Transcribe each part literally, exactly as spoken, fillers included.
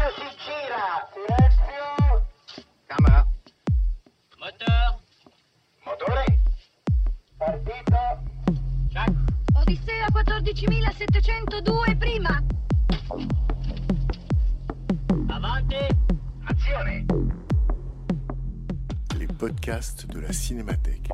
si gira. Silenzio. Camera. Moteur. Motore. Partito. Check. Odissea quattordicimilasettecentodue prima. Avanti. Azione. Les podcasts de la Cinémathèque.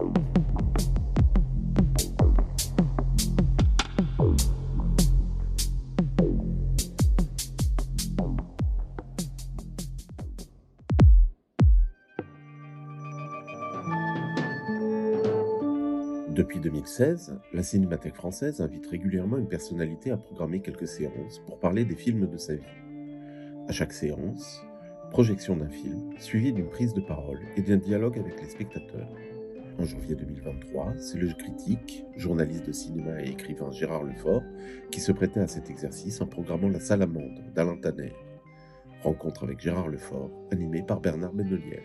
Depuis deux mille seize, la Cinémathèque française invite régulièrement une personnalité à programmer quelques séances pour parler des films de sa vie. À chaque séance, projection d'un film, suivie d'une prise de parole et d'un dialogue avec les spectateurs. En janvier deux mille vingt-trois, c'est le critique, journaliste de cinéma et écrivain Gérard Lefort qui se prêtait à cet exercice en programmant La Salamandre d'Alain Tanner. Rencontre avec Gérard Lefort, animée par Bernard Benoliel.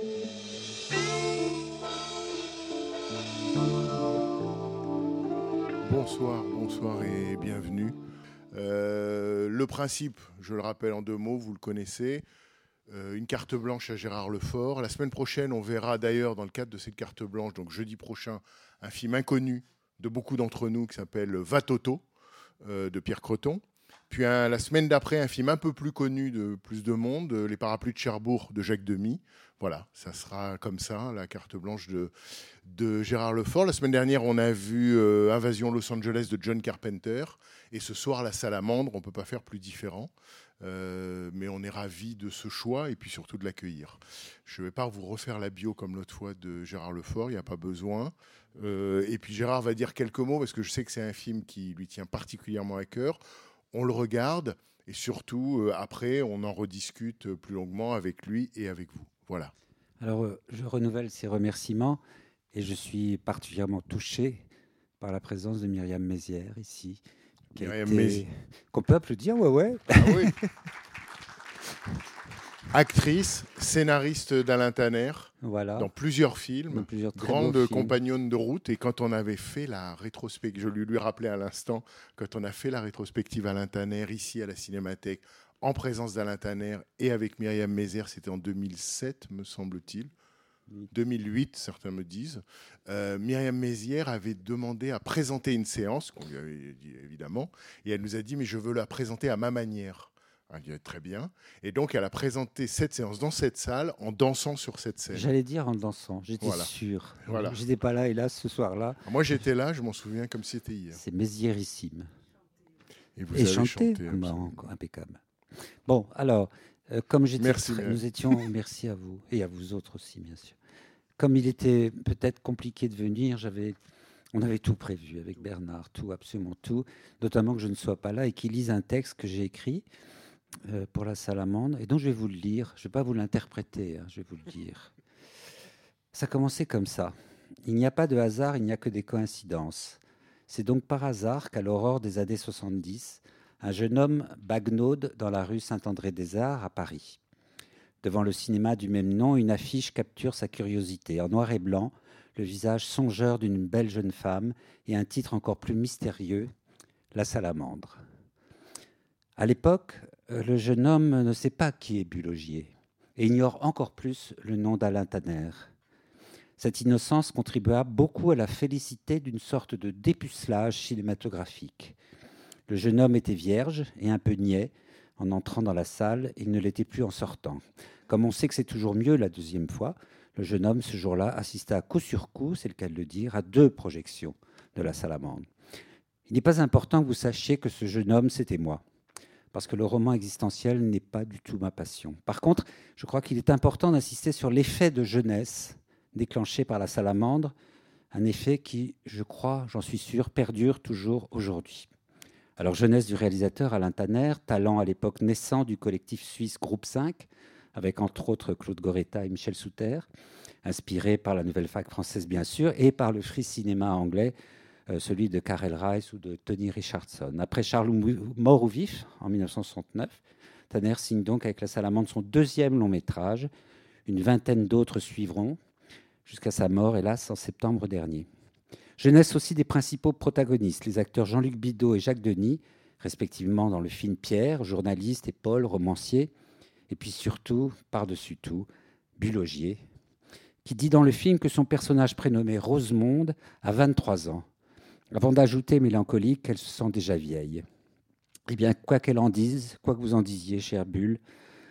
Bonsoir, bonsoir et bienvenue. Euh, le principe, je le rappelle en deux mots, vous le connaissez. Euh, une carte blanche à Gérard Lefort. La semaine prochaine, on verra d'ailleurs dans le cadre de cette carte blanche, donc jeudi prochain, un film inconnu de beaucoup d'entre nous qui s'appelle Va Toto euh, de Pierre Creton. Puis un, la semaine d'après, un film un peu plus connu de plus de monde, Les Parapluies de Cherbourg de Jacques Demy. Voilà, ça sera comme ça, la carte blanche de, de Gérard Lefort. La semaine dernière, on a vu euh, Invasion Los Angeles de John Carpenter. Et ce soir, La Salamandre, on ne peut pas faire plus différent. Euh, mais on est ravis de ce choix et puis surtout de l'accueillir. Je ne vais pas vous refaire la bio comme l'autre fois de Gérard Lefort, il n'y a pas besoin. Euh, et puis Gérard va dire quelques mots parce que je sais que c'est un film qui lui tient particulièrement à cœur. On le regarde et surtout, euh, après, on en rediscute plus longuement avec lui et avec vous. Voilà. Alors, euh, je renouvelle ces remerciements et je suis particulièrement touché par la présence de Myriam Mézières ici. Qui Myriam été... Mézières. Qu'on peut applaudir, ouais, ouais. Ah oui. Actrice, scénariste d'Alain Tanner, voilà. dans plusieurs films, dans plusieurs grande compagnonne de route. Et quand on avait fait la rétrospective, je lui, lui rappelais à l'instant, quand on a fait la rétrospective Alain Tanner ici à la Cinémathèque, en présence d'Alain Tanner et avec Myriam Mézières, c'était en deux mille sept, me semble-t-il. Oui. deux mille huit, certains me disent. Euh, Myriam Mézières avait demandé à présenter une séance, qu'on lui avait dit évidemment, et elle nous a dit « mais je veux la présenter à ma manière ». Elle dit très bien. Et donc, elle a présenté cette séance dans cette salle en dansant sur cette scène. J'allais dire en dansant, j'étais voilà. sûr. Voilà. Je n'étais pas là, hélas, ce soir-là. Moi, j'étais là, je m'en souviens comme si c'était hier. C'est Mézièrissime. Et vous Et avez chanté, chanté. bon, impeccable. Bon, alors, euh, comme j'étais... Merci, très, nous étions... Merci à vous, et à vous autres aussi, bien sûr. Comme il était peut-être compliqué de venir, j'avais... On avait tout prévu avec Bernard, tout, absolument tout, notamment que je ne sois pas là et qu'il lise un texte que j'ai écrit euh, pour La Salamandre, et donc je vais vous le lire, je ne vais pas vous l'interpréter, hein, je vais vous le dire. Ça commençait comme ça. Il n'y a pas de hasard, il n'y a que des coïncidences. C'est donc par hasard qu'à l'aurore des années soixante-dix, un jeune homme bagnaude dans la rue Saint-André-des-Arts à Paris. Devant le cinéma du même nom, une affiche capture sa curiosité. En noir et blanc, le visage songeur d'une belle jeune femme et un titre encore plus mystérieux, La Salamandre. À l'époque, le jeune homme ne sait pas qui est Bulogier et ignore encore plus le nom d'Alain Tanner. Cette innocence contribua beaucoup à la félicité d'une sorte de dépucelage cinématographique. Le jeune homme était vierge et un peu niais en entrant dans la salle, il ne l'était plus en sortant. Comme on sait que c'est toujours mieux la deuxième fois, le jeune homme, ce jour-là, assista coup sur coup, c'est le cas de le dire, à deux projections de La Salamandre. Il n'est pas important que vous sachiez que ce jeune homme, c'était moi, parce que le roman existentiel n'est pas du tout ma passion. Par contre, je crois qu'il est important d'insister sur l'effet de jeunesse déclenché par La Salamandre, un effet qui, je crois, j'en suis sûr, perdure toujours aujourd'hui. Alors, jeunesse du réalisateur Alain Tanner, talent à l'époque naissant du collectif suisse Groupe cinq, avec entre autres Claude Goretta et Michel Souter, inspiré par la Nouvelle Vague française bien sûr, et par le free cinéma anglais, euh, celui de Karel Reiss ou de Tony Richardson. Après Charlot mort ou vif, en dix-neuf cent soixante-neuf, Tanner signe donc avec La Salamandre son deuxième long métrage. Une vingtaine d'autres suivront, jusqu'à sa mort, hélas, en septembre dernier. Jeunesse aussi des principaux protagonistes, les acteurs Jean-Luc Bidault et Jacques Denis, respectivement dans le film Pierre, journaliste, et Paul, romancier, Et puis surtout, par-dessus tout, Bulogier, qui dit dans le film que son personnage prénommé Rosemonde a vingt-trois ans, avant d'ajouter mélancolique qu'elle se sent déjà vieille. Eh bien, quoi qu'elle en dise, quoi que vous en disiez, cher Bulle,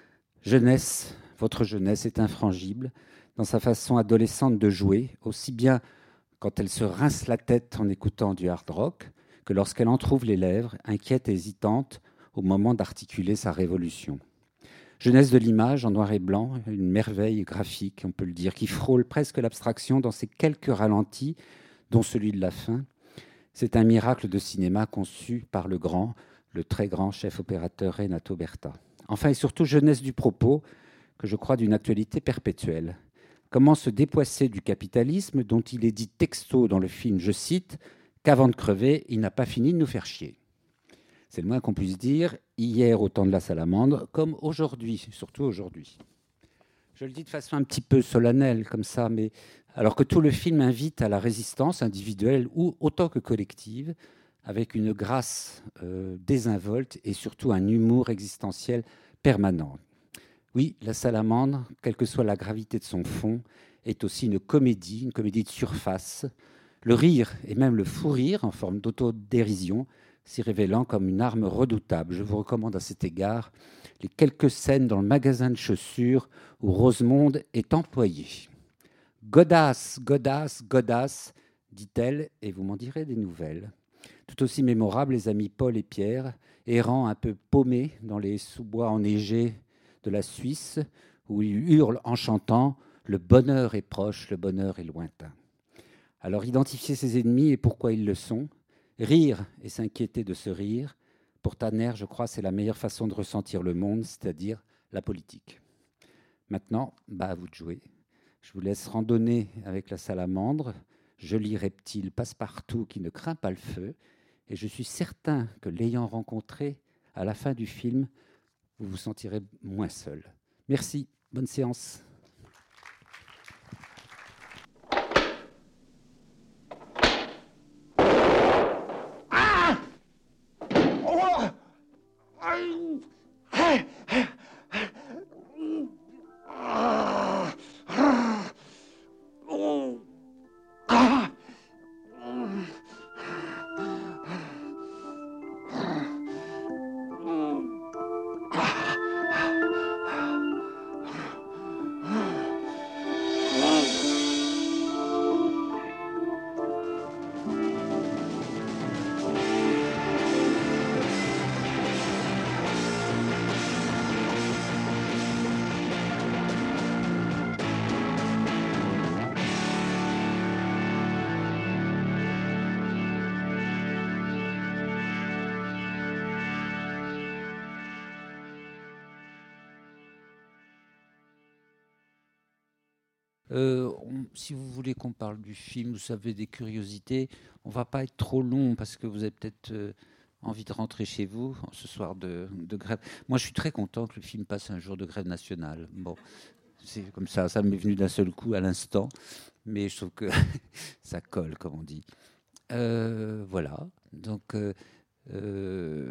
jeunesse, votre jeunesse est infrangible dans sa façon adolescente de jouer, aussi bien quand elle se rince la tête en écoutant du hard rock que lorsqu'elle en trouve les lèvres, inquiète et hésitante au moment d'articuler sa révolution. Jeunesse de l'image en noir et blanc, une merveille graphique, on peut le dire, qui frôle presque l'abstraction dans ces quelques ralentis, dont celui de la fin. C'est un miracle de cinéma conçu par le grand, le très grand chef opérateur Renato Berta. Enfin et surtout, jeunesse du propos, que je crois d'une actualité perpétuelle. Comment se dépoisser du capitalisme dont il est dit texto dans le film, je cite, qu'avant de crever, il n'a pas fini de nous faire chier. C'est le moins qu'on puisse dire, hier au temps de la salamandre, comme aujourd'hui, surtout aujourd'hui. Je le dis de façon un petit peu solennelle, comme ça, mais alors que tout le film invite à la résistance individuelle ou autant que collective, avec une grâce euh, désinvolte et surtout un humour existentiel permanent. Oui, la salamandre, quelle que soit la gravité de son fond, est aussi une comédie, une comédie de surface. Le rire et même le fou rire en forme d'autodérision, s'y révélant comme une arme redoutable. Je vous recommande à cet égard les quelques scènes dans le magasin de chaussures où Rosemonde est employée. « Godasse, godasse, godasse », dit-elle, et vous m'en direz des nouvelles. Tout aussi mémorables, les amis Paul et Pierre, errant un peu paumés dans les sous-bois enneigés de la Suisse, où ils hurlent en chantant « Le bonheur est proche, le bonheur est lointain ». Alors identifier ses ennemis et pourquoi ils le sont, rire et s'inquiéter de ce rire, pour Tanner, je crois, c'est la meilleure façon de ressentir le monde, c'est-à-dire la politique. Maintenant, bah, à vous de jouer. Je vous laisse randonner avec la salamandre, joli reptile passe-partout qui ne craint pas le feu, et je suis certain que l'ayant rencontré, à la fin du film, vous vous sentirez moins seul. Merci, bonne séance. Euh, on, si vous voulez qu'on parle du film, vous savez, des curiosités, on ne va pas être trop long parce que vous avez peut-être euh, envie de rentrer chez vous ce soir de, de grève. Moi, je suis très content que le film passe un jour de grève nationale. Bon, c'est comme ça, ça m'est venu d'un seul coup à l'instant, mais je trouve que ça colle, comme on dit. Euh, voilà, donc... Euh, euh,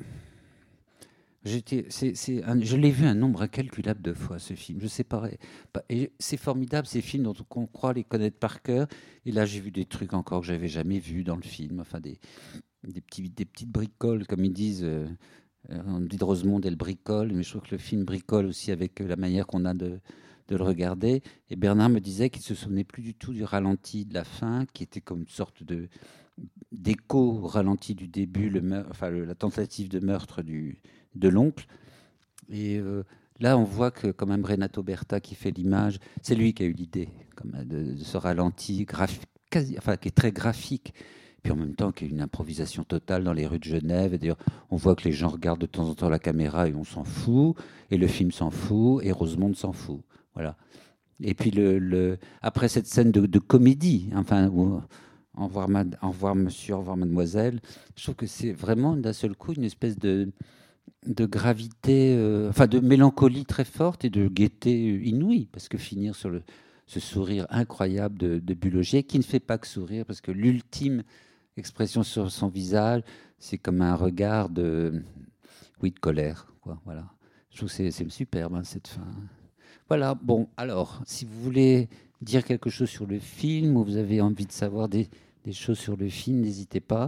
J'étais, c'est, c'est un, je l'ai vu un nombre incalculable de fois, ce film. Je sais pas, pas et c'est formidable, ces films dont on croit les connaître par cœur. Et là, j'ai vu des trucs encore que j'avais jamais vus dans le film. Enfin, des, des, petits, des petites bricoles, comme ils disent. Euh, on dit de Rosemonde, elle bricole, mais je trouve que le film bricole aussi avec la manière qu'on a de, de le regarder. Et Bernard me disait qu'il se souvenait plus du tout du ralenti de la fin, qui était comme une sorte de d'écho au ralenti du début, le meurtre, enfin le, la tentative de meurtre du de l'oncle. Et euh, là, on voit que quand même Renato Berta qui fait l'image, c'est lui qui a eu l'idée comme, de, de ce ralenti graphique, quasi, enfin, qui est très graphique, puis en même temps qui est une improvisation totale dans les rues de Genève. Et d'ailleurs, on voit que les gens regardent de temps en temps la caméra et on s'en fout, et le film s'en fout, et Rosemonde s'en fout. Voilà. Et puis le, le, après cette scène de, de comédie, enfin, où, au revoir, mad, au revoir monsieur, au revoir mademoiselle, je trouve que c'est vraiment d'un seul coup une espèce de de gravité, euh, enfin de mélancolie très forte et de gaieté inouïe, parce que finir sur le, ce sourire incroyable de, de Bulogier, qui ne fait pas que sourire, parce que l'ultime expression sur son visage, c'est comme un regard de, oui, de colère, quoi. Voilà. Je trouve que c'est, c'est superbe, hein, cette fin. Voilà, bon, alors, si vous voulez dire quelque chose sur le film ou vous avez envie de savoir des, des choses sur le film, n'hésitez pas.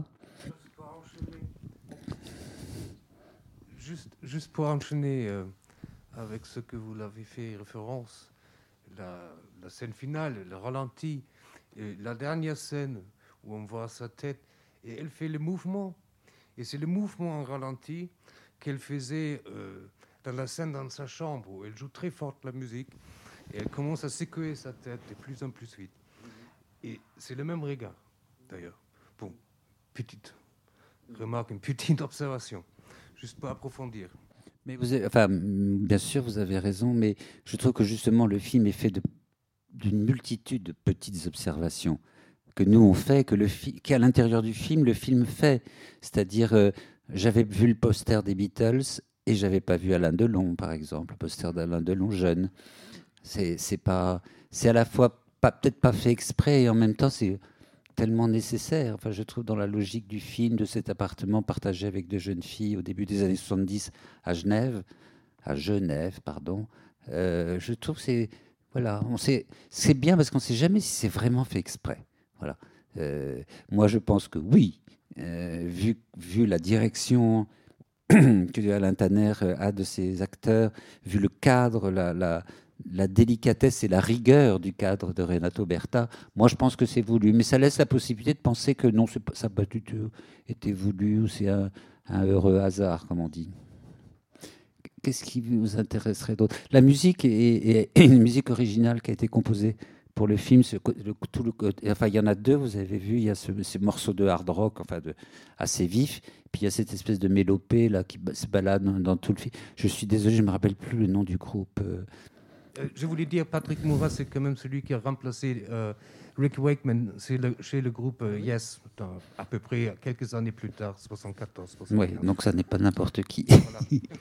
Juste, juste pour enchaîner euh, avec ce que vous l'avez fait référence, la, la scène finale, le ralenti, et la dernière scène où on voit sa tête, et elle fait le mouvement. Et c'est le mouvement en ralenti qu'elle faisait euh, dans la scène dans sa chambre, où elle joue très forte la musique, et elle commence à secouer sa tête de plus en plus vite. Et c'est le même regard, d'ailleurs. Bon, petite remarque, une petite observation, juste pour approfondir. Mais vous avez, enfin, bien sûr, vous avez raison, mais je trouve que justement le film est fait de, d'une multitude de petites observations que nous on fait, que le fi- qu'à l'intérieur du film, le film fait. C'est-à-dire, euh, j'avais vu le poster des Beatles et j'avais pas vu Alain Delon, par exemple, le poster d'Alain Delon jeune. C'est, c'est pas, c'est à la fois pas, peut-être pas fait exprès et en même temps c'est tellement nécessaire. Enfin, je trouve dans la logique du film, de cet appartement partagé avec deux jeunes filles au début des années soixante-dix à Genève, à Genève, pardon. Euh, je trouve que c'est, voilà, on sait, c'est bien parce qu'on ne sait jamais si c'est vraiment fait exprès. Voilà. Euh, moi, je pense que oui, euh, vu, vu la direction que Alain Tanner a de ses acteurs, vu le cadre, la, la, la délicatesse et la rigueur du cadre de Renato Berta, moi je pense que c'est voulu. Mais ça laisse la possibilité de penser que non, c'est pas, ça n'a pas du tout été voulu ou c'est un, un heureux hasard, comme on dit. Qu'est-ce qui vous intéresserait d'autre ? La musique est, est une musique originale qui a été composée pour le film. Ce, le, tout le, enfin, il y en a deux, vous avez vu, il y a ce, ces morceaux de hard rock enfin de, assez vifs, puis il y a cette espèce de mélopée là, qui se balade dans, dans tout le film. Je suis désolé, je ne me rappelle plus le nom du groupe. Euh, Je voulais dire, Patrick Moura, c'est quand même celui qui a remplacé euh, Rick Wakeman c'est le, chez le groupe euh, Yes, dans, à peu près quelques années plus tard, soixante-quatorze soixante-quinze. Oui, donc ça n'est pas n'importe qui. Voilà.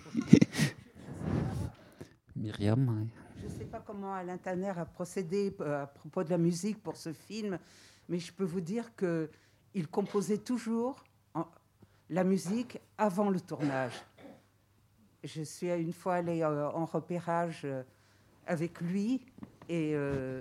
Myriam, oui. Je ne sais pas comment Alain Tanner a procédé à propos de la musique pour ce film, mais je peux vous dire qu'il composait toujours en, la musique avant le tournage. Je suis une fois allée euh, en repérage euh, avec lui et euh,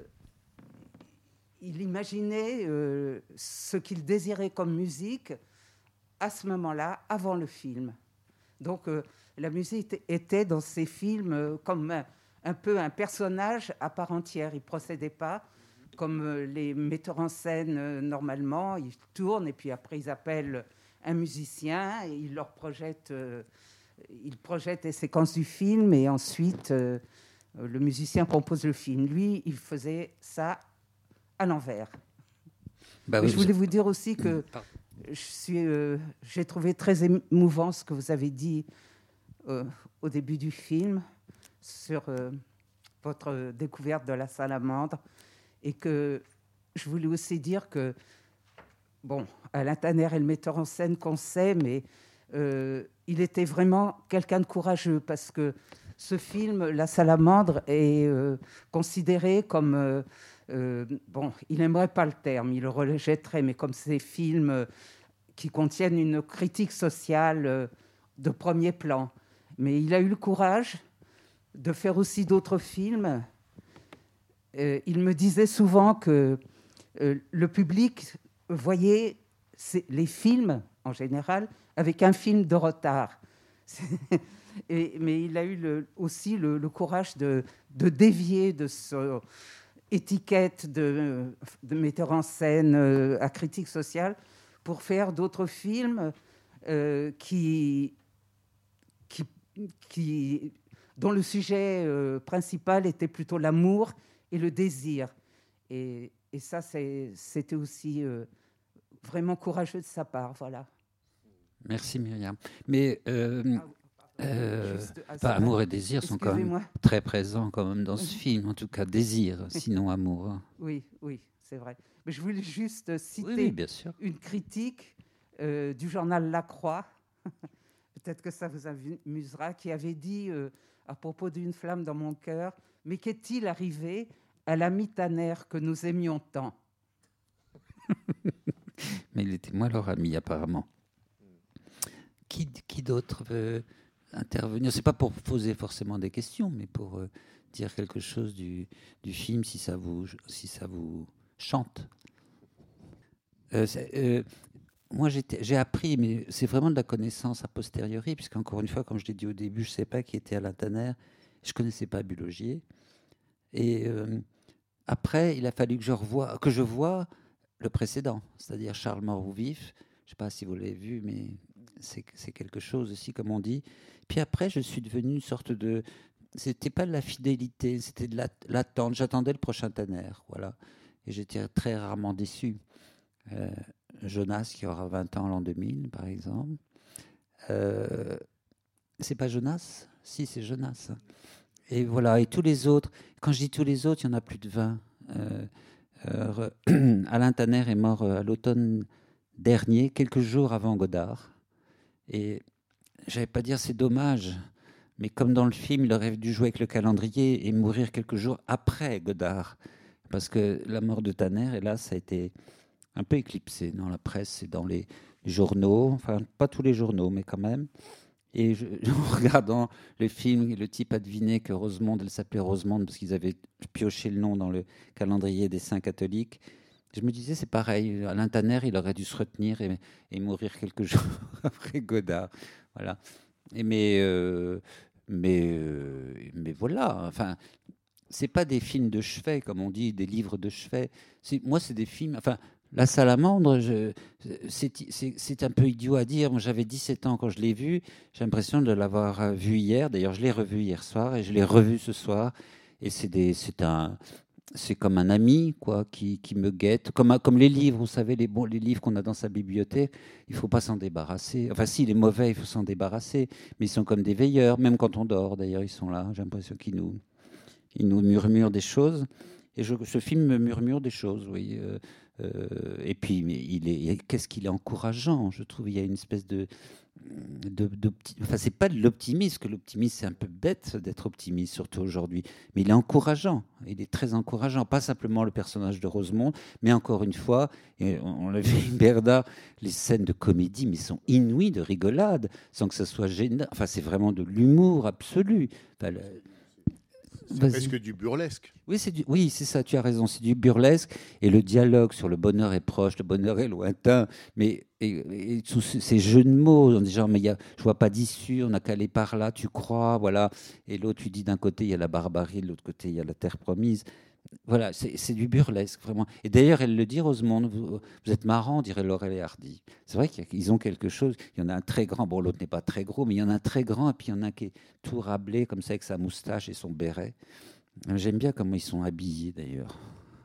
il imaginait euh, ce qu'il désirait comme musique à ce moment-là, avant le film. Donc euh, la musique était dans ces films euh, comme un, un peu un personnage à part entière. Il ne procédait pas comme euh, les metteurs en scène euh, normalement. Ils tournent et puis après ils appellent un musicien et ils leur projettent, euh, ils projettent les séquences du film et ensuite euh, le musicien compose le film. Lui, il faisait ça à l'envers. Bah oui, je voulais vous dire aussi que je suis, euh, j'ai trouvé très émouvant ce que vous avez dit euh, au début du film sur euh, votre découverte de la salamandre et que je voulais aussi dire que, bon, Alain Tanner est le metteur en scène qu'on sait, mais euh, il était vraiment quelqu'un de courageux parce que ce film, La Salamandre, est euh, considéré comme... Euh, euh, bon, il n'aimerait pas le terme, il le rejetterait, mais comme ces films euh, qui contiennent une critique sociale euh, de premier plan. Mais il a eu le courage de faire aussi d'autres films. Euh, il me disait souvent que euh, le public voyait ces, les films, en général, avec un film de retard. Et, mais il a eu le, aussi le, le courage de, de dévier de cette étiquette de, de metteur en scène euh, à critique sociale pour faire d'autres films euh, qui, qui, qui, dont le sujet euh, principal était plutôt l'amour et le désir. Et, et ça, c'est, c'était aussi euh, vraiment courageux de sa part. Voilà. Merci Myriam. Mais... Euh, ah, Euh, Juste, ah, pas amour et désir sont quand même très présents quand même dans ce film, en tout cas désir, sinon amour. Hein. Oui, oui, c'est vrai. Mais je voulais juste citer oui, oui, bien sûr. une critique euh, du journal La Croix, peut-être que ça vous amusera, qui avait dit euh, à propos d'une flamme dans mon cœur, mais qu'est-il arrivé à l'ami Tanner que nous aimions tant? Mais il était moins leur ami apparemment. Qui, qui d'autre veut... intervenir. C'est pas pour poser forcément des questions, mais pour euh, dire quelque chose du, du film, si ça vous, si ça vous chante. Euh, euh, moi, j'étais, j'ai appris, mais c'est vraiment de la connaissance a posteriori, puisqu'encore une fois, comme je l'ai dit au début, je ne sais pas qui était Alain Tanner, je ne connaissais pas Bulogier. Et euh, après, il a fallu que je, revoie, que je voie le précédent, c'est-à-dire Charles Mort ou Vif. Je ne sais pas si vous l'avez vu, mais c'est, c'est quelque chose aussi, comme on dit. Puis après, je suis devenu une sorte de... C'était pas de la fidélité, c'était de l'attente. J'attendais le prochain Tanner, voilà. Et j'étais très rarement déçu. Euh, Jonas, qui aura vingt ans l'an deux mille, par exemple. Euh, c'est pas Jonas ? Si, c'est Jonas. Et voilà, et tous les autres. Quand je dis tous les autres, il y en a plus de vingt. Euh, euh, Alain Tanner est mort à l'automne dernier, quelques jours avant Godard. Et j'allais pas dire c'est dommage, mais comme dans le film, il aurait dû jouer avec le calendrier et mourir quelques jours après Godard. Parce que la mort de Tanner, hélas, ça a été un peu éclipsé dans la presse et dans les journaux. Enfin, pas tous les journaux, mais quand même. Et je, en regardant le film, le type a deviné que Rosemonde, elle s'appelait Rosemonde parce qu'ils avaient pioché le nom dans le calendrier des saints catholiques. Je me disais, c'est pareil. Alain Tanner, il aurait dû se retenir et, et mourir quelques jours après Godard. Voilà. Et mais, euh, mais, euh, mais voilà. Enfin, c'est pas des films de chevet, comme on dit, des livres de chevet. C'est, moi, c'est des films. Enfin, La Salamandre, je, c'est, c'est, c'est un peu idiot à dire. Moi, j'avais dix-sept ans quand je l'ai vu. J'ai l'impression de l'avoir vu hier. D'ailleurs, je l'ai revu hier soir et je l'ai revu ce soir. Et c'est, des, c'est, un, c'est comme un ami, quoi, qui, qui me guette. Comme, comme les livres, vous savez, les, bons, les livres qu'on a dans sa bibliothèque, il ne faut pas s'en débarrasser. Enfin, si, les mauvais, il faut s'en débarrasser. Mais ils sont comme des veilleurs, même quand on dort. D'ailleurs, ils sont là. J'ai l'impression qu'ils nous, ils nous murmurent des choses. Et je, ce film me murmure des choses, oui. Euh, Euh, et puis, il est, qu'est-ce qu'il est encourageant, je trouve. Il y a une espèce de, de, de enfin, c'est pas de l'optimisme, que l'optimisme c'est un peu bête d'être optimiste, surtout aujourd'hui. Mais il est encourageant. Il est très encourageant. Pas simplement le personnage de Rosemonde, mais encore une fois, et on, on l'a vu, Bernard, les scènes de comédie, mais sont inouïes de rigolade, sans que ça soit gênant. Enfin, c'est vraiment de l'humour absolu. Enfin, le, C'est Vas-y. presque du burlesque. Oui, c'est du, oui, c'est ça, tu as raison, c'est du burlesque. Et le dialogue sur le bonheur est proche, le bonheur est lointain, mais et, et tous ces jeux de mots, en disant, mais y a, je vois pas d'issue, on n'a qu'à aller par là, tu crois, voilà. Et l'autre, tu dis, d'un côté, il y a la barbarie, de l'autre côté, il y a la terre promise. Voilà, c'est, c'est du burlesque, vraiment. Et d'ailleurs, elle le dit, Rosemonde, vous, vous êtes marrant, dirait Laurel et Hardy. C'est vrai qu'ils ont quelque chose. Il y en a un très grand, bon, l'autre n'est pas très gros, mais il y en a un très grand, et puis il y en a un qui est tout rablé, comme ça, avec sa moustache et son béret. J'aime bien comment ils sont habillés, d'ailleurs.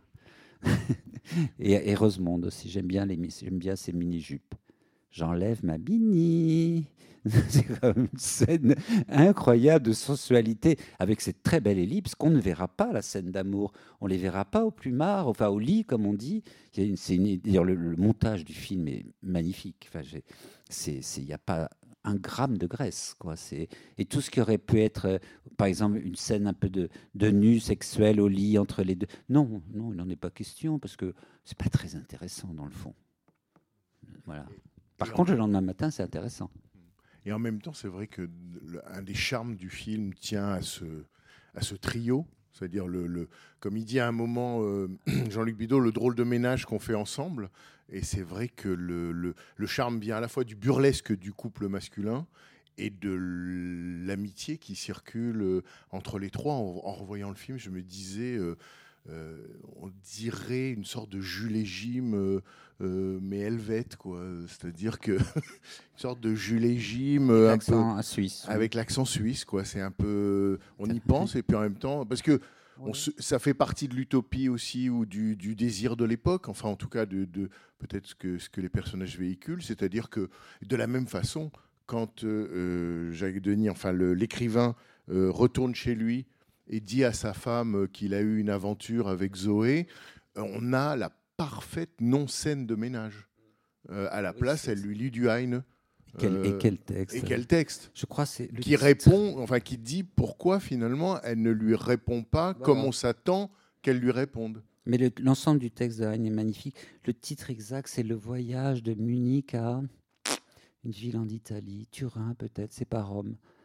et, et Rosemonde aussi, j'aime bien, les, j'aime bien ces mini-jupes. J'enlève ma bini. C'est comme une scène incroyable de sensualité avec cette très belle ellipse qu'on ne verra pas, la scène d'amour. On ne les verra pas au plumard, enfin au lit, comme on dit. Il y a une, c'est une, d'ailleurs, le, le montage du film est magnifique. Enfin, j'ai, c'est, c'est, il n'y a pas un gramme de graisse, quoi. C'est, et tout ce qui aurait pu être, euh, par exemple, une scène un peu de, de nu sexuel au lit entre les deux. Non, non, il n'en est pas question parce que c'est pas très intéressant dans le fond. Voilà. Par contre, le lendemain matin, c'est intéressant. Et en même temps, c'est vrai que le, un des charmes du film tient à ce, à ce trio. C'est-à-dire, le, le, comme il dit à un moment, euh, Jean-Luc Bidault, le drôle de ménage qu'on fait ensemble. Et c'est vrai que le, le, le charme vient à la fois du burlesque du couple masculin et de l'amitié qui circule entre les trois. En, en revoyant le film, je me disais... Euh, Euh, on dirait une sorte de Jules et Jim, euh, euh, mais helvète, quoi. C'est-à-dire que une sorte de Jules et Jim, avec un l'accent peu suisse, avec oui. l'accent suisse, quoi. C'est un peu, on y pense et puis en même temps, parce que on se, ça fait partie de l'utopie aussi ou du, du désir de l'époque. Enfin, en tout cas, de, de peut-être ce que ce que les personnages véhiculent, c'est-à-dire que de la même façon, quand euh, Jacques Denis, enfin le, l'écrivain, euh, retourne chez lui et dit à sa femme qu'il a eu une aventure avec Zoé, on a la parfaite non-scène de ménage. Euh, à la Oui, place, c'est... elle lui lit du Heine. Quel, euh, et quel texte Et quel texte Je crois c'est le qui titre. répond, enfin qui dit pourquoi finalement elle ne lui répond pas Voilà. comme on s'attend qu'elle lui réponde. Mais le, l'ensemble du texte de Heine est magnifique. Le titre exact, c'est Le voyage de Munich à une ville en Italie, Turin peut-être, c'est pas Rome.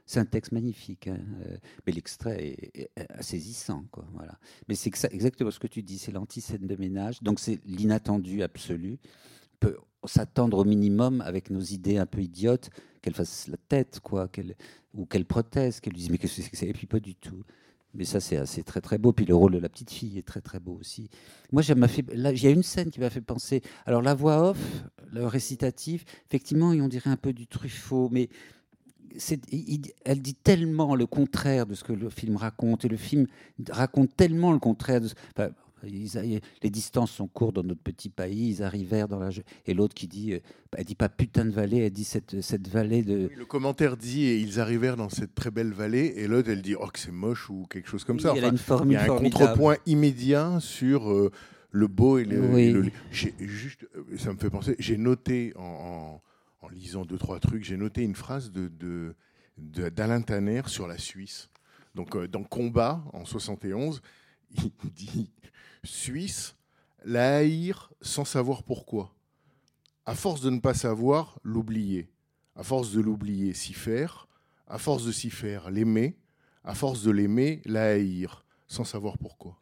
C'est un texte magnifique, hein, euh, mais l'extrait est, est saisissant, quoi. Voilà. Mais c'est que ça, exactement ce que tu dis, c'est l'anti-scène de ménage, donc c'est l'inattendu absolu. On peut s'attendre au minimum avec nos idées un peu idiotes qu'elle fasse la tête, quoi, qu'elle, ou qu'elle proteste, qu'elle dise mais qu'est-ce que c'est que ça, et puis pas du tout. Mais ça, c'est, c'est très très beau. Puis le rôle de la petite fille est très très beau aussi. Moi, ça m'a fait, là, il y a une scène qui m'a fait penser. Alors la voix off, le récitatif, effectivement, on dirait un peu du Truffaut, mais c'est, il, elle dit tellement le contraire de ce que le film raconte, et le film raconte tellement le contraire de ce, enfin, ils, les distances sont courtes dans notre petit pays, ils arrivèrent dans la... Et l'autre qui dit, euh, elle dit pas putain de vallée, elle dit cette, cette vallée de... Oui, le commentaire dit, et ils arrivèrent dans cette très belle vallée, et l'autre, elle dit, oh, que c'est moche, ou quelque chose comme Oui, ça. elle a Enfin, une formule il y a un formidable. contrepoint immédiat sur euh, le beau et le... Oui. et le- j'ai juste, ça me fait penser, j'ai noté, en, en, en lisant deux, trois trucs, j'ai noté une phrase de, de, de- d'Alain Tanner sur la Suisse. Donc, euh, dans Combat, en soixante et onze, il dit Suisse, la haïr sans savoir pourquoi. À force de ne pas savoir, l'oublier. À force de l'oublier, s'y faire. À force de s'y faire, l'aimer. À force de l'aimer, la haïr sans savoir pourquoi.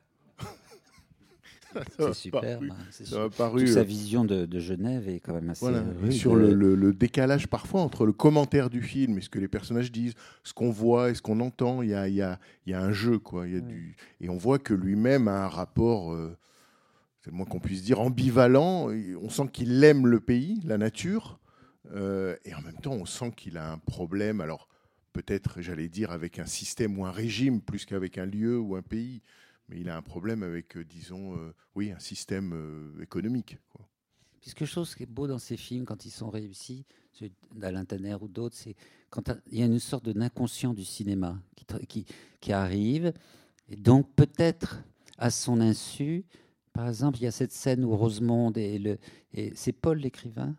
C'est super. Bah, c'est Ça m'a super. paru, Toute sa euh, vision de, de Genève est quand même assez Voilà. Et rude. sur le, le- le décalage parfois entre le commentaire du film et ce que les personnages disent, ce qu'on voit et ce qu'on entend, il y a, il y a- il y a un jeu, quoi. Il y a Ouais. du... Et on voit que lui-même a un rapport, euh, c'est le moins qu'on puisse dire, ambivalent. Et on sent qu'il aime le pays, la nature, euh, et en même temps, on sent qu'il a un problème. Alors peut-être, j'allais dire, avec un système ou un régime plus qu'avec un lieu ou un pays. Mais il a un problème avec, euh, disons, euh, oui, un système euh, économique, quoi. Puis quelque chose qui est beau dans ces films, quand ils sont réussis, celui d'Alain Tanner ou d'autres, c'est quand il y a une sorte d'inconscient du cinéma qui, tra- qui, qui arrive. Et donc, peut-être, à son insu, par exemple, il y a cette scène où Rosemonde et, le, et c'est Paul l'écrivain.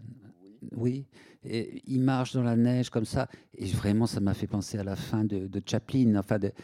Oui, et il marche dans la neige comme ça. Et vraiment, ça m'a fait penser à la fin de, de Chaplin, enfin de...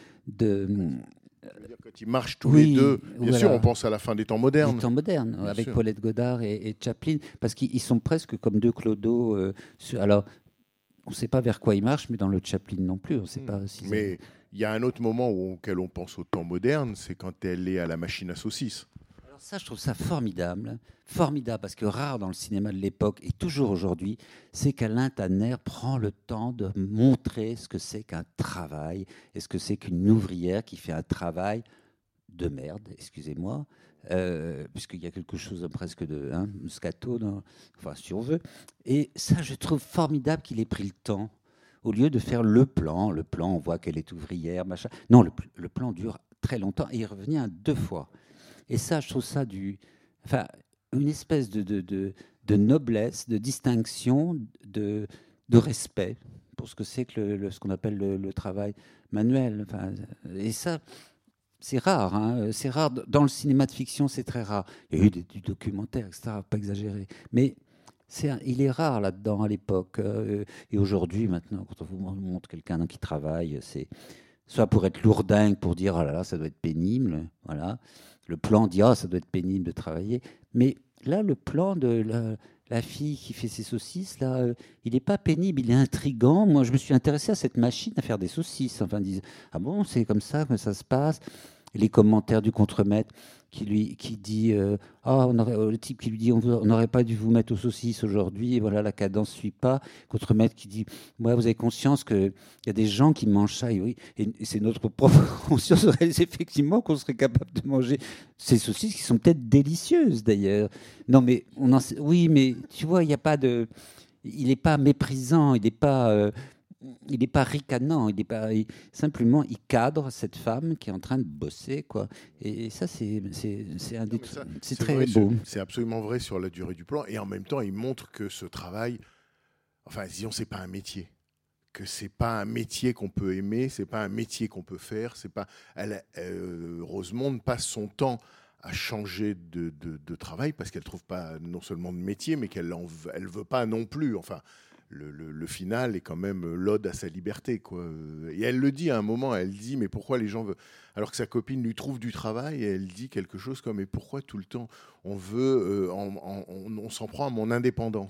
de Je veux dire, quand ils marchent tous Oui, les deux, bien voilà. sûr, on pense à la fin des temps modernes. Du temps moderne, Bien avec sûr. Paulette Godard et, et Chaplin, parce qu'ils ils sont presque comme deux clodos. euh, sur- alors, on ne sait pas vers quoi ils marchent, mais dans le Chaplin non plus, on ne sait pas si. Mais il y a un autre moment où- auquel on pense au temps moderne, c'est quand elle est à la machine à saucisses. Alors ça, je trouve ça formidable, formidable, parce que rare dans le cinéma de l'époque et toujours aujourd'hui, c'est qu'Alain Tanner prend le temps de montrer ce que c'est qu'un travail et ce que c'est qu'une ouvrière qui fait un travail de merde, excusez-moi, euh, puisqu'il y a quelque chose de presque de hein, scato, dans- enfin si on veut. Et ça, je trouve formidable qu'il ait pris le temps, au lieu de faire le plan. Le plan, on voit qu'elle est ouvrière, machin. Non, le, le plan dure très longtemps et il revient deux fois. Et ça, je trouve ça du, enfin, une espèce de, de, de, de noblesse, de distinction, de, de respect pour ce que c'est que le, le- ce qu'on appelle le, le travail manuel. Enfin, et ça, c'est rare, hein, c'est rare. Dans le cinéma de fiction, c'est très rare. Il y a eu des, du documentaire, et cetera, pas exagéré. Mais c'est, un- il est rare là-dedans à l'époque. euh, et aujourd'hui, maintenant, quand on vous montre quelqu'un qui travaille, c'est soit pour être lourdingue, pour dire oh là là, ça doit être pénible. Voilà. Le plan dit oh, ça doit être pénible de travailler. Mais là, le plan de la, la fille qui fait ses saucisses, là, euh, il n'est pas pénible, il est intriguant. Moi, je me suis intéressé à cette machine à faire des saucisses. Enfin, disent ah bon, c'est comme ça que ça se passe. Et les commentaires du contremaître qui lui qui dit euh, ah on aurait, le type qui lui dit on vous- on n'aurait pas dû vous mettre aux saucisses aujourd'hui et voilà la cadence suit pas. Contremaître qui dit ouais, vous avez conscience que il y a des gens qui mangent ça et oui et, et c'est notre propre conscience de réaliser effectivement qu'on serait capable de manger ces saucisses qui sont peut-être délicieuses d'ailleurs. Non mais on en sait- oui mais tu vois il n'y a pas de il n'est pas méprisant, il n'est pas euh, il n'est pas ricanant, il est pas il- simplement il cadre cette femme qui est en train de bosser quoi. Et ça c'est c'est c'est un des Non, mais trucs- ça, c'est c'est très vrai, beau. C'est c'est absolument vrai sur la durée du plan. Et en même temps, il montre que ce travail, enfin, disons, c'est pas un métier. Que c'est pas un métier qu'on peut aimer, c'est pas un métier qu'on peut faire. C'est pas. Elle, euh, Rosemonde passe son temps à changer de, de- de travail parce qu'elle trouve pas non seulement de métier, mais qu'elle en veut- elle veut pas non plus. Enfin. Le, le- le final est quand même l'ode à sa liberté, quoi. Et elle le dit à un moment, elle dit mais pourquoi les gens veulent, alors que sa copine lui trouve du travail, et elle dit quelque chose comme mais pourquoi tout le temps on veut, euh, en- en- on, on s'en prend à mon indépendance.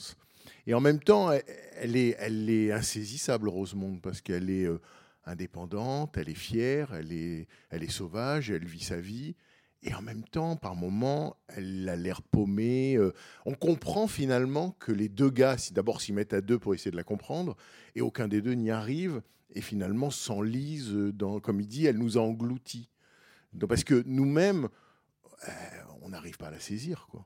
Et en même temps, elle, elle, est, elle est insaisissable, Rosemonde, parce qu'elle est euh, indépendante, elle est fière, elle est, elle est sauvage, elle vit sa vie. Et en même temps, par moments, elle a l'air paumée. Euh, on comprend finalement que les deux gars, si d'abord s'y mettent à deux pour essayer de la comprendre, et aucun des deux n'y arrive, et finalement s'enlise dans, comme il dit, elle nous a engloutis. Donc, parce que nous-mêmes, euh, on n'arrive pas à la saisir, quoi.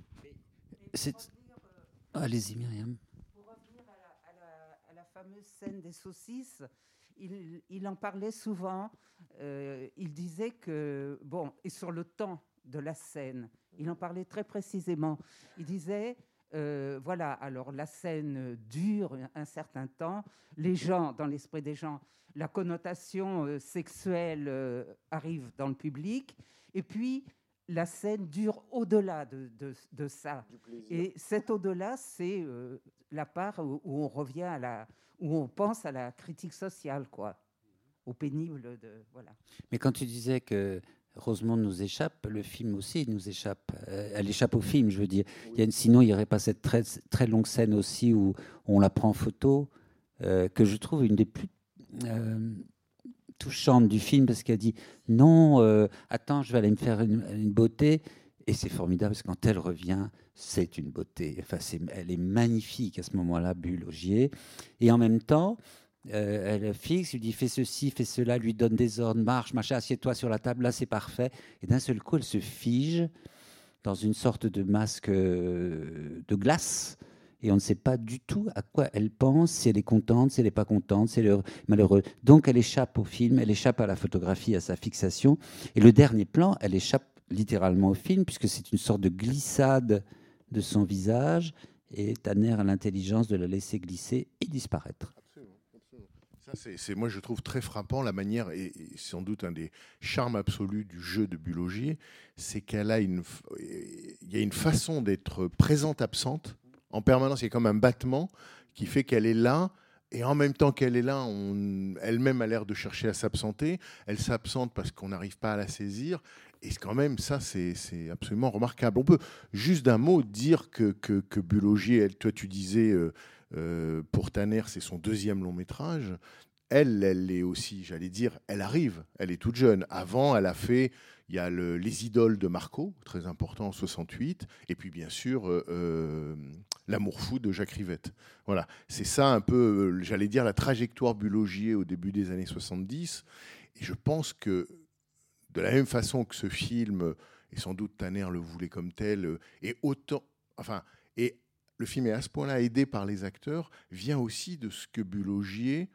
C'est... Allez-y, Myriam. Pour revenir à la, à la- à la fameuse scène des saucisses, il, il en parlait souvent. Euh, il disait que, bon, et sur le temps de la scène, il en parlait très précisément. Il disait, euh, voilà, alors la scène dure un certain temps. Les gens, dans l'esprit des gens, la connotation euh, sexuelle euh, arrive dans le public. Et puis, la scène dure au-delà de, de, de ça. Et cet au-delà, c'est euh, la part où, où on revient à la, où on pense à la critique sociale, quoi, au pénible de, voilà. Mais quand tu disais que Rosemonde nous échappe, le film aussi nous échappe. Euh, elle échappe au film, je veux dire. Il y a une, sinon, il n'y aurait pas cette très, très longue scène aussi où on la prend en photo, euh, que je trouve une des plus euh, touchantes du film, parce qu'elle dit non, euh, attends, je vais aller me faire une, une beauté. Et c'est formidable, parce que quand elle revient, c'est une beauté. Enfin, c'est, elle est magnifique à ce moment-là, Bulle Ogier. Et en même temps, euh, elle fixe, lui dit fais ceci, fais cela, lui donne des ordres, marche, machin, assieds-toi sur la table, là c'est parfait. Et d'un seul coup, elle se fige dans une sorte de masque euh, de glace. Et on ne sait pas du tout à quoi elle pense, si elle est contente, si elle n'est pas contente, si elle est malheureuse. Donc elle échappe au film, elle échappe à la photographie, à sa fixation. Et le dernier plan, elle échappe littéralement au film, puisque c'est une sorte de glissade de son visage, et Tanner a l'intelligence de la laisser glisser et disparaître. Absolument, absolument. Ça, c'est, c'est, moi, je trouve très frappant la manière, et, et sans doute un des charmes absolus du jeu de Bulle Ogier, c'est qu'elle a une, il y a une façon d'être présente-absente en permanence. Il y a comme un battement qui fait qu'elle est là. Et en même temps qu'elle est là, on, elle-même a l'air de chercher à s'absenter. Elle s'absente parce qu'on n'arrive pas à la saisir. Et quand même, ça, c'est, c'est absolument remarquable. On peut juste d'un mot dire que, que, que Bulle Ogier, elle, toi tu disais, euh, euh, pour Tanner, c'est son deuxième long métrage. Elle, elle est aussi, j'allais dire, elle arrive. Elle est toute jeune. Avant, elle a fait, il y a le, Les Idoles de Marco, très important en soixante-huit. Et puis, bien sûr, euh, euh, L'amour fou de Jacques Rivette. Voilà, c'est ça un peu, j'allais dire, la trajectoire Bulle Ogier au début des années soixante-dix. Et je pense que, de la même façon que ce film, et sans doute Tanner le voulait comme tel, et autant, enfin, et le film est à ce point-là aidé par les acteurs, vient aussi de ce que Bulle Ogier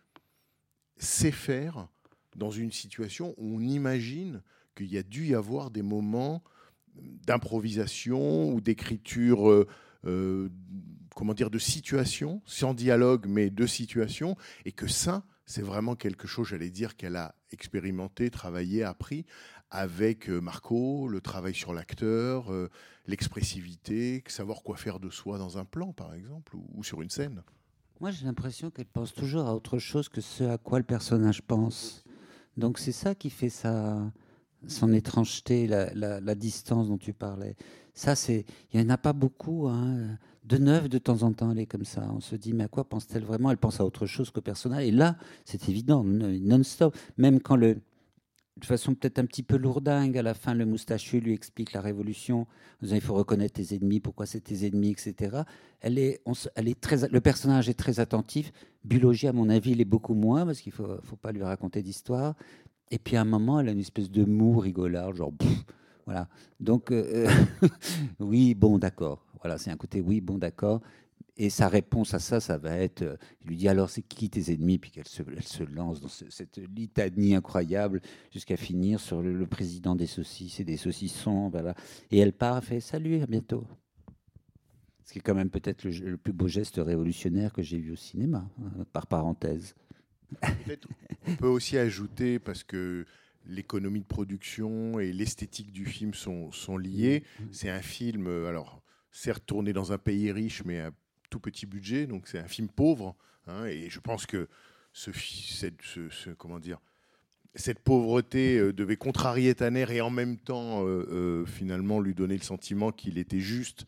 sait faire dans une situation où on imagine qu'il y a dû y avoir des moments d'improvisation ou d'écriture, euh, euh, comment dire, de situation, sans dialogue, mais de situation, et que ça, c'est vraiment quelque chose, j'allais dire, qu'elle a expérimenté, travaillé, appris avec Marco, le travail sur l'acteur, euh, l'expressivité, savoir quoi faire de soi dans un plan, par exemple, ou, ou sur une scène. Moi, j'ai l'impression qu'elle pense toujours à autre chose que ce à quoi le personnage pense. Donc c'est ça qui fait sa, son étrangeté, la, la, la distance dont tu parlais. Ça, c'est, il n'y en a pas beaucoup, hein. De neuf, de temps en temps, elle est comme ça. On se dit, mais à quoi pense-t-elle vraiment ? Elle pense à autre chose qu'au personnage. Et là, c'est évident, non-stop. Même quand le... de façon peut-être un petit peu lourdingue, à la fin, le moustachu lui explique la révolution, en disant, il faut reconnaître tes ennemis, pourquoi c'est tes ennemis, et cetera. Elle est, on se, elle est très, le personnage est très attentif. Bulle Ogier, à mon avis, il est beaucoup moins, parce qu'il ne faut, faut pas lui raconter d'histoire. Et puis, à un moment, elle a une espèce de mou rigolard, genre... Pff, voilà. Donc, euh, oui, bon, d'accord. Voilà, c'est un côté oui, bon, d'accord. Et sa réponse à ça, ça va être, euh, il lui dit alors c'est qui tes ennemis, puis qu'elle se, elle se lance dans ce, cette litanie incroyable jusqu'à finir sur le, le président des saucisses et des saucissons, voilà. Et elle part, elle fait salut, à bientôt. Ce qui est quand même peut-être le, le plus beau geste révolutionnaire que j'ai vu au cinéma, hein, par parenthèse. Peut-être on peut aussi ajouter, parce que l'économie de production et l'esthétique du film sont, sont liées. C'est un film, alors certes tourné dans un pays riche, mais à tout petit budget, donc c'est un film pauvre. Hein, et je pense que ce, cette, ce, ce, comment dire, cette pauvreté euh, devait contrarier Tanner et en même temps, euh, euh, finalement, lui donner le sentiment qu'il était juste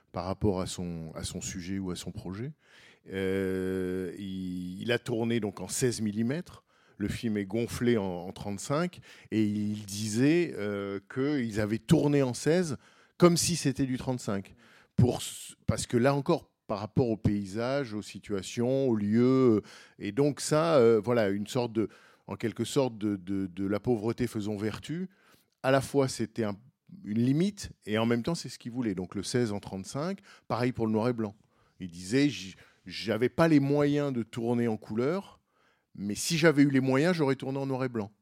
par rapport à son, à son sujet ou à son projet. Euh, il, il a tourné donc en seize millimètres. Le film est gonflé en, en trente-cinq. Et il disait euh, qu'ils avaient tourné en seize comme si c'était du trente-cinq. Pour, parce que là encore, par rapport au paysage, aux situations, aux lieux. Et donc ça, euh, voilà, une sorte de, en quelque sorte de, de, de la pauvreté faisons vertu. À la fois, c'était un, une limite, et en même temps, c'est ce qu'il voulait. Donc le seize en trente-cinq, pareil pour le noir et blanc. Il disait, j'avais pas les moyens de tourner en couleur, mais si j'avais eu les moyens, j'aurais tourné en noir et blanc.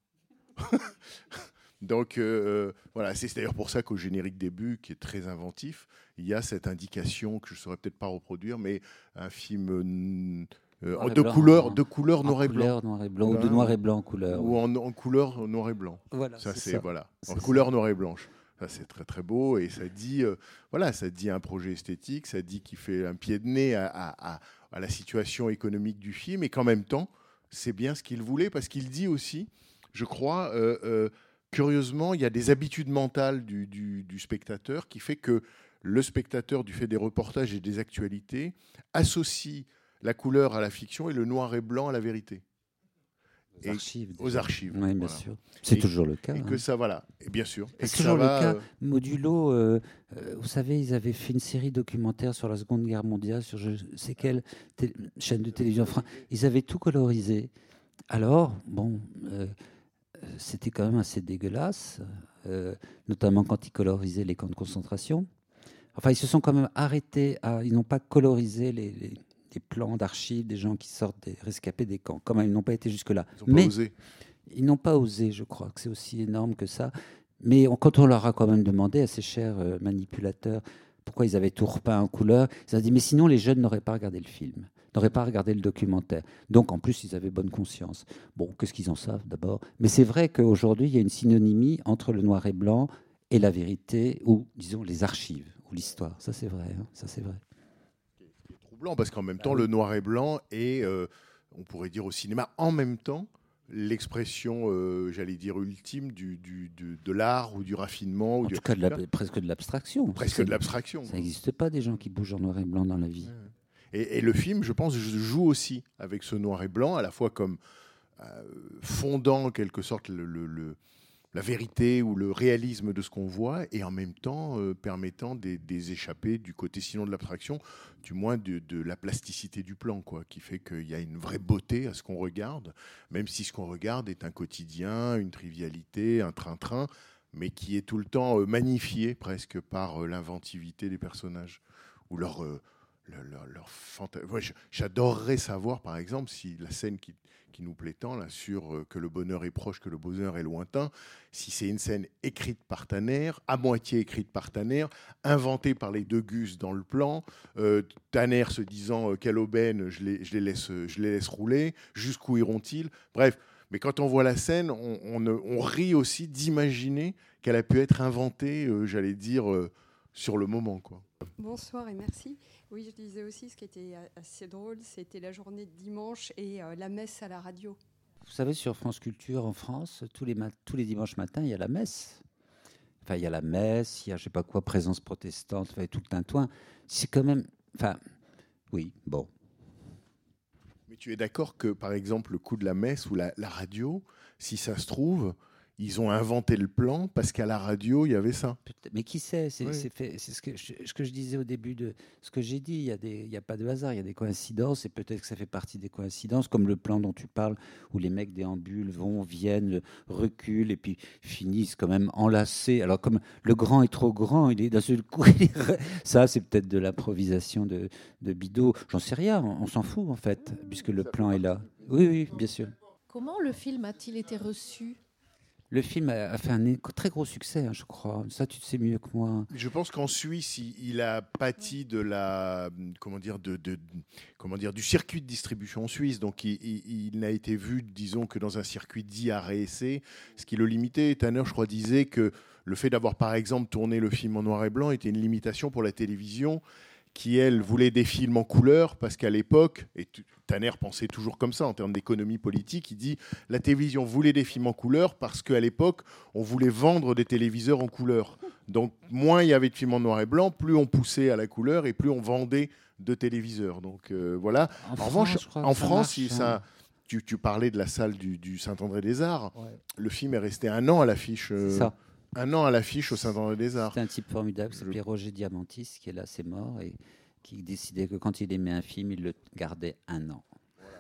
Donc euh, voilà, c'est d'ailleurs pour ça qu'au générique début, qui est très inventif, il y a cette indication que je ne saurais peut-être pas reproduire, mais un film euh, de, blanc, couleur, en, de couleur noir et blanc. Noir et blanc, ou de noir et blanc en couleur. Ou en, en couleur noir et blanc. Voilà, ça, c'est c'est ça. voilà, en C'est couleur ça. noir et blanche. Ça, c'est très très beau et ça dit, euh, voilà, ça dit un projet esthétique, ça dit qu'il fait un pied de nez à, à, à, à la situation économique du film et qu'en même temps, c'est bien ce qu'il voulait parce qu'il dit aussi, je crois, euh, euh, curieusement, il y a des habitudes mentales du, du, du spectateur qui fait que le spectateur, du fait des reportages et des actualités, associe la couleur à la fiction et le noir et blanc à la vérité. Aux archives. Aux archives. Oui, bien voilà. sûr. C'est et, toujours le cas. Et hein. que ça, voilà, et bien sûr. C'est toujours le va, cas. Euh... Modulo, euh, euh, vous savez, ils avaient fait une série documentaire sur la Seconde Guerre mondiale, sur je sais quelle chaîne de télévision. Enfin, ils avaient tout colorisé. Alors, bon, euh, c'était quand même assez dégueulasse, euh, notamment quand ils colorisaient les camps de concentration. Enfin, ils se sont quand même arrêtés à... Ils n'ont pas colorisé les... les des plans d'archives, des gens qui sortent des rescapés des camps. Quand même, ils n'ont pas été jusque-là. Ils n'ont pas osé. Ils n'ont pas osé, je crois, que c'est aussi énorme que ça. Mais on, quand on leur a quand même demandé à ces chers euh, manipulateurs pourquoi ils avaient tout repeint en couleur, ils ont dit, mais sinon les jeunes n'auraient pas regardé le film, n'auraient pas regardé le documentaire. Donc en plus, ils avaient bonne conscience. Bon, qu'est-ce qu'ils en savent d'abord? Mais c'est vrai qu'aujourd'hui, il y a une synonymie entre le noir et blanc et la vérité, ou disons les archives, ou l'histoire. Ça, c'est vrai. Hein, ça, c'est vrai. Blanc parce qu'en même temps, ah oui. le noir et blanc est, euh, on pourrait dire au cinéma, en même temps, l'expression, euh, j'allais dire, ultime du, du, du, de l'art ou du raffinement. En ou tout du cas, de la, presque de l'abstraction. Presque de l'abstraction. Ça n'existe pas des gens qui bougent en noir et blanc dans la vie. Et, et le film, je pense, joue aussi avec ce noir et blanc, à la fois comme euh, fondant, en quelque sorte, le, le, le la vérité ou le réalisme de ce qu'on voit et en même temps euh, permettant des, des échappées du côté sinon de l'abstraction, du moins de, de la plasticité du plan, quoi, qui fait qu'il y a une vraie beauté à ce qu'on regarde, même si ce qu'on regarde est un quotidien, une trivialité, un train-train, mais qui est tout le temps euh, magnifié presque par euh, l'inventivité des personnages ou leur... Euh, leur, leur, leur fanta... ouais, j'adorerais savoir, par exemple, si la scène qui... qui nous plaît tant, là, sur euh, que le bonheur est proche, que le bonheur est lointain, si c'est une scène écrite par Tanner, à moitié écrite par Tanner, inventée par les deux Gus dans le plan, euh, Tanner se disant euh, quelle aubaine, je les, je, les laisse, je les laisse rouler, jusqu'où iront-ils? Bref, mais quand on voit la scène, on, on, on rit aussi d'imaginer qu'elle a pu être inventée, euh, j'allais dire, euh, sur le moment, quoi. Bonsoir et merci. Oui, je disais aussi, ce qui était assez drôle, c'était la journée de dimanche et euh, la messe à la radio. Vous savez, sur France Culture en France, tous les, mat- tous les dimanches matins, il y a la messe. Enfin, il y a la messe, il y a je ne sais pas quoi, présence protestante, enfin, tout le tintouin. C'est quand même... Enfin, oui, bon. Mais tu es d'accord que, par exemple, le coup de la messe ou la, la radio, si ça se trouve... Ils ont inventé le plan parce qu'à la radio, il y avait ça. Mais qui sait? C'est, oui. c'est, fait, c'est ce, que je, ce que je disais au début de ce que j'ai dit. Il n'y a, a pas de hasard, il y a des coïncidences et peut-être que ça fait partie des coïncidences, comme le plan dont tu parles, où les mecs déambulent, vont, viennent, reculent et puis finissent quand même enlacés. Alors comme le grand est trop grand, il est d'un seul coup... ça, c'est peut-être de l'improvisation de, de Bidot. J'en sais rien, on, on s'en fout en fait, puisque le plan est là. Oui, oui, bien sûr. Comment le film a-t-il été reçu ? Le film a fait un très gros succès, hein, je crois. Ça, tu sais mieux que moi. Je pense qu'en Suisse, il a pâti de la, comment dire, de, de, comment dire, du circuit de distribution en Suisse. Donc, il, il, il n'a été vu, disons, que dans un circuit dit arrêt-essai, ce qui le limitait. Tanner, je crois, disait que le fait d'avoir, par exemple, tourné le film en noir et blanc était une limitation pour la télévision qui, elle, voulait des films en couleur, parce qu'à l'époque, et tu- Tanner pensait toujours comme ça en termes d'économie politique, il dit la télévision voulait des films en couleur parce qu'à l'époque, on voulait vendre des téléviseurs en couleur. Donc, moins il y avait de films en noir et blanc, plus on poussait à la couleur et plus on vendait de téléviseurs. Donc, euh, voilà. En En, France, revanche, je crois en que ça France, marche, il- hein. ça, tu, tu parlais de la salle du, du Saint-André-des-Arts. Ouais. Le film est resté un an à l'affiche. euh, C'est ça. Un an à l'affiche au Saint-André-des-Arts. C'est un type formidable qui s'appelait Roger Diamantis, qui est là, c'est mort, et qui décidait que quand il aimait un film, il le gardait un an.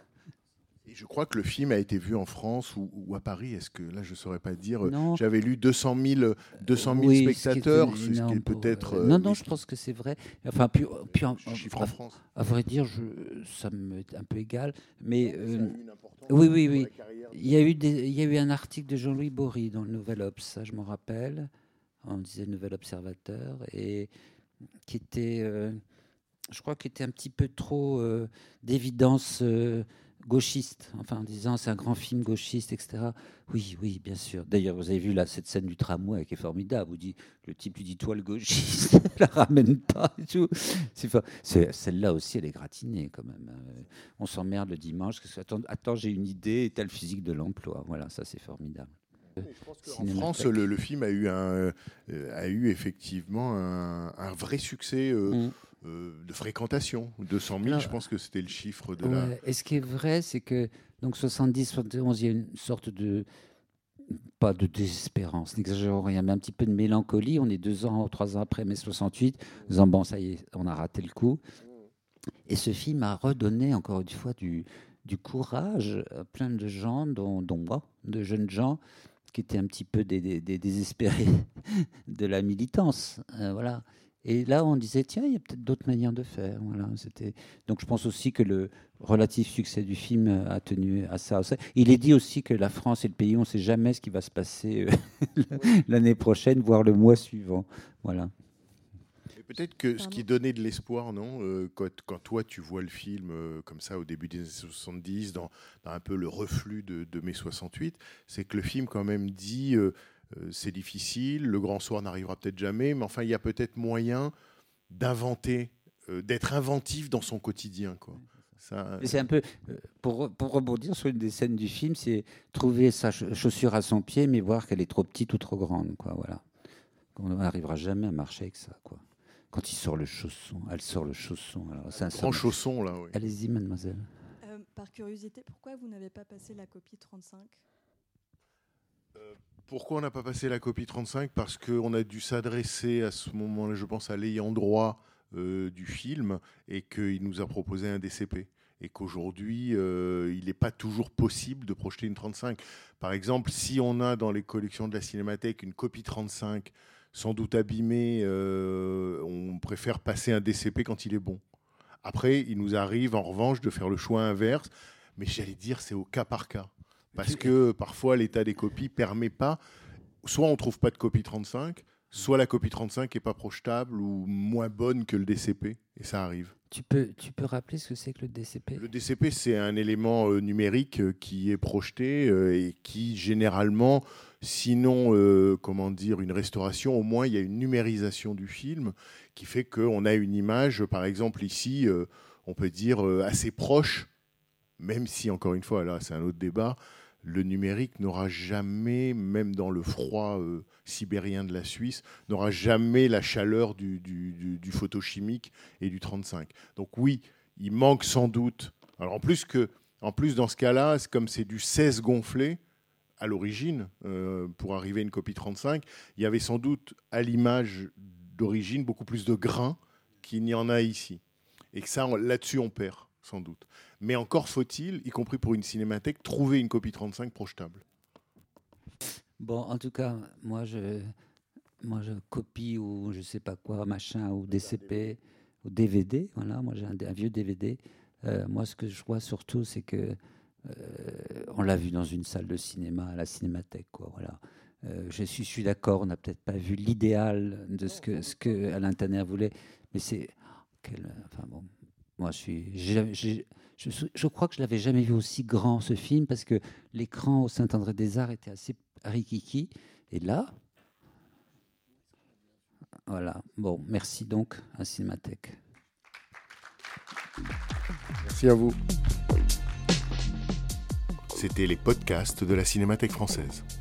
Et je crois que le film a été vu en France ou, ou à Paris. Est-ce que là, je ne saurais pas dire. Non. J'avais lu deux cent mille, deux cent mille Oui, spectateurs, ce qui ce est qui est énorme pour, peut-être. euh, euh, non, non, mais je pense que c'est vrai. Enfin, puis, puis en, chiffre à, en France. à vrai dire, je, ça me est un peu égal. Mais Ça a euh, eu une importance oui, oui, pour oui. la carrière. Il y a eu des, il y a eu un article de Jean-Louis Bory dans le Nouvel Obs, ça je m'en rappelle. On disait Nouvel Observateur, et qui était, euh, je crois, qu'il était un petit peu trop euh, d'évidence euh, gauchiste, enfin en disant c'est un grand film gauchiste, et cetera. Oui, oui, bien sûr. D'ailleurs, vous avez vu là cette scène du tramway qui est formidable. Vous dit, le type lui dit toi le gauchiste, la ramène pas et tout. C'est, fa- c'est- celle-là aussi, elle est gratinée quand même. Euh, on s'emmerde le dimanche. Parce que, attends, attends, j'ai une idée, et t'as le physique de l'emploi. Voilà, ça c'est formidable. En France, le, le film a eu, un, euh, a eu effectivement un, un vrai succès euh, Mm. euh, de fréquentation. deux cent mille, Alors, je pense que c'était le chiffre de Ouais, la. et ce qui est vrai, c'est que donc soixante-dix, soixante et onze, il y a une sorte de pas de désespérance, n'exagérons rien, mais un petit peu de mélancolie. On est deux ans, trois ans après mai soixante-huit, en disant bon, ça y est, on a raté le coup. Et ce film a redonné encore une fois du, du courage à plein de gens, dont, dont moi, de jeunes gens qui étaient un petit peu des, des- des désespérés de la militance. Euh, voilà. Et là, on disait, tiens, il y a peut-être d'autres manières de faire. Voilà, c'était... Donc je pense aussi que le relatif succès du film a tenu à ça. Il est dit aussi que la France est le pays où on ne sait jamais ce qui va se passer euh, l'année prochaine, voire le mois suivant. Voilà. Et peut-être que ce qui donnait de l'espoir, non, euh, quand, quand toi tu vois le film euh, comme ça au début des années soixante-dix, dans, dans un peu le reflux de, de mai soixante-huit, c'est que le film quand même dit euh, euh, c'est difficile, le grand soir n'arrivera peut-être jamais, mais enfin il y a peut-être moyen d'inventer, euh, d'être inventif dans son quotidien, quoi. Ça, Mais c'est un peu, euh, pour, pour rebondir sur une des scènes du film, c'est trouver sa ch- chaussure à son pied, mais voir qu'elle est trop petite ou trop grande, quoi. Voilà. On n'arrivera jamais à marcher avec ça, quoi. Quand il sort le chausson, elle sort le chausson. Alors, c'est un grand somme- chausson, là, oui. Allez-y, mademoiselle. Euh, par curiosité, pourquoi vous n'avez pas passé la copie trente-cinq? Pourquoi on n'a pas passé la copie trente-cinq? Parce qu'on a dû s'adresser à ce moment-là, je pense, à l'ayant droit euh, du film, et qu'il nous a proposé un D C P. Et qu'aujourd'hui, euh, il n'est pas toujours possible de projeter une trente-cinq. Par exemple, si on a dans les collections de la Cinémathèque une copie trente-cinq, sans doute abîmée, euh, on préfère passer un D C P quand il est bon. Après, il nous arrive en revanche de faire le choix inverse, mais j'allais dire c'est au cas par cas. Parce que parfois l'état des copies ne permet pas, soit on ne trouve pas de copie trente-cinq, soit la copie trente-cinq n'est pas projetable ou moins bonne que le D C P, et ça arrive. Tu peux, tu peux rappeler ce que c'est que le D C P? Le D C P, c'est un élément euh, numérique euh, qui est projeté euh, et qui, généralement, sinon, euh, comment dire, une restauration, au moins, il y a une numérisation du film qui fait qu'on a une image, par exemple, ici, euh, on peut dire, euh, assez proche, même si, encore une fois, là, c'est un autre débat, le numérique n'aura jamais, même dans le froid euh, sibérien de la Suisse, n'aura jamais la chaleur du, du, du, du photochimique et du trente-cinq. Donc oui, il manque sans doute... Alors en plus, que, en plus dans ce cas-là, c'est comme c'est du seize gonflé, à l'origine, euh, pour arriver à une copie trente-cinq, il y avait sans doute, à l'image d'origine, beaucoup plus de grains qu'il n'y en a ici. Et que ça, on- là-dessus, on perd, sans doute. Mais encore faut-il, y compris pour une cinémathèque, trouver une copie trente-cinq projetable. Bon, en tout cas, moi je, moi je copie ou je sais pas quoi, machin, ou D C P, ou D V D. Voilà, moi j'ai un, un vieux D V D. Euh, moi, ce que je vois surtout, c'est que euh, on l'a vu dans une salle de cinéma, à la Cinémathèque, quoi. Voilà. Euh, je suis, je suis d'accord, on n'a peut-être pas vu l'idéal de ce que, ce que Alain Tanner voulait, mais c'est, quel, enfin bon, moi je suis, j'ai- j'ai- je, je crois que je l'avais jamais vu aussi grand, ce film, parce que l'écran au Saint-André-des-Arts était assez rikiki, et là, voilà. Bon, merci donc à Cinémathèque. Merci à vous. C'était les podcasts de la Cinémathèque française.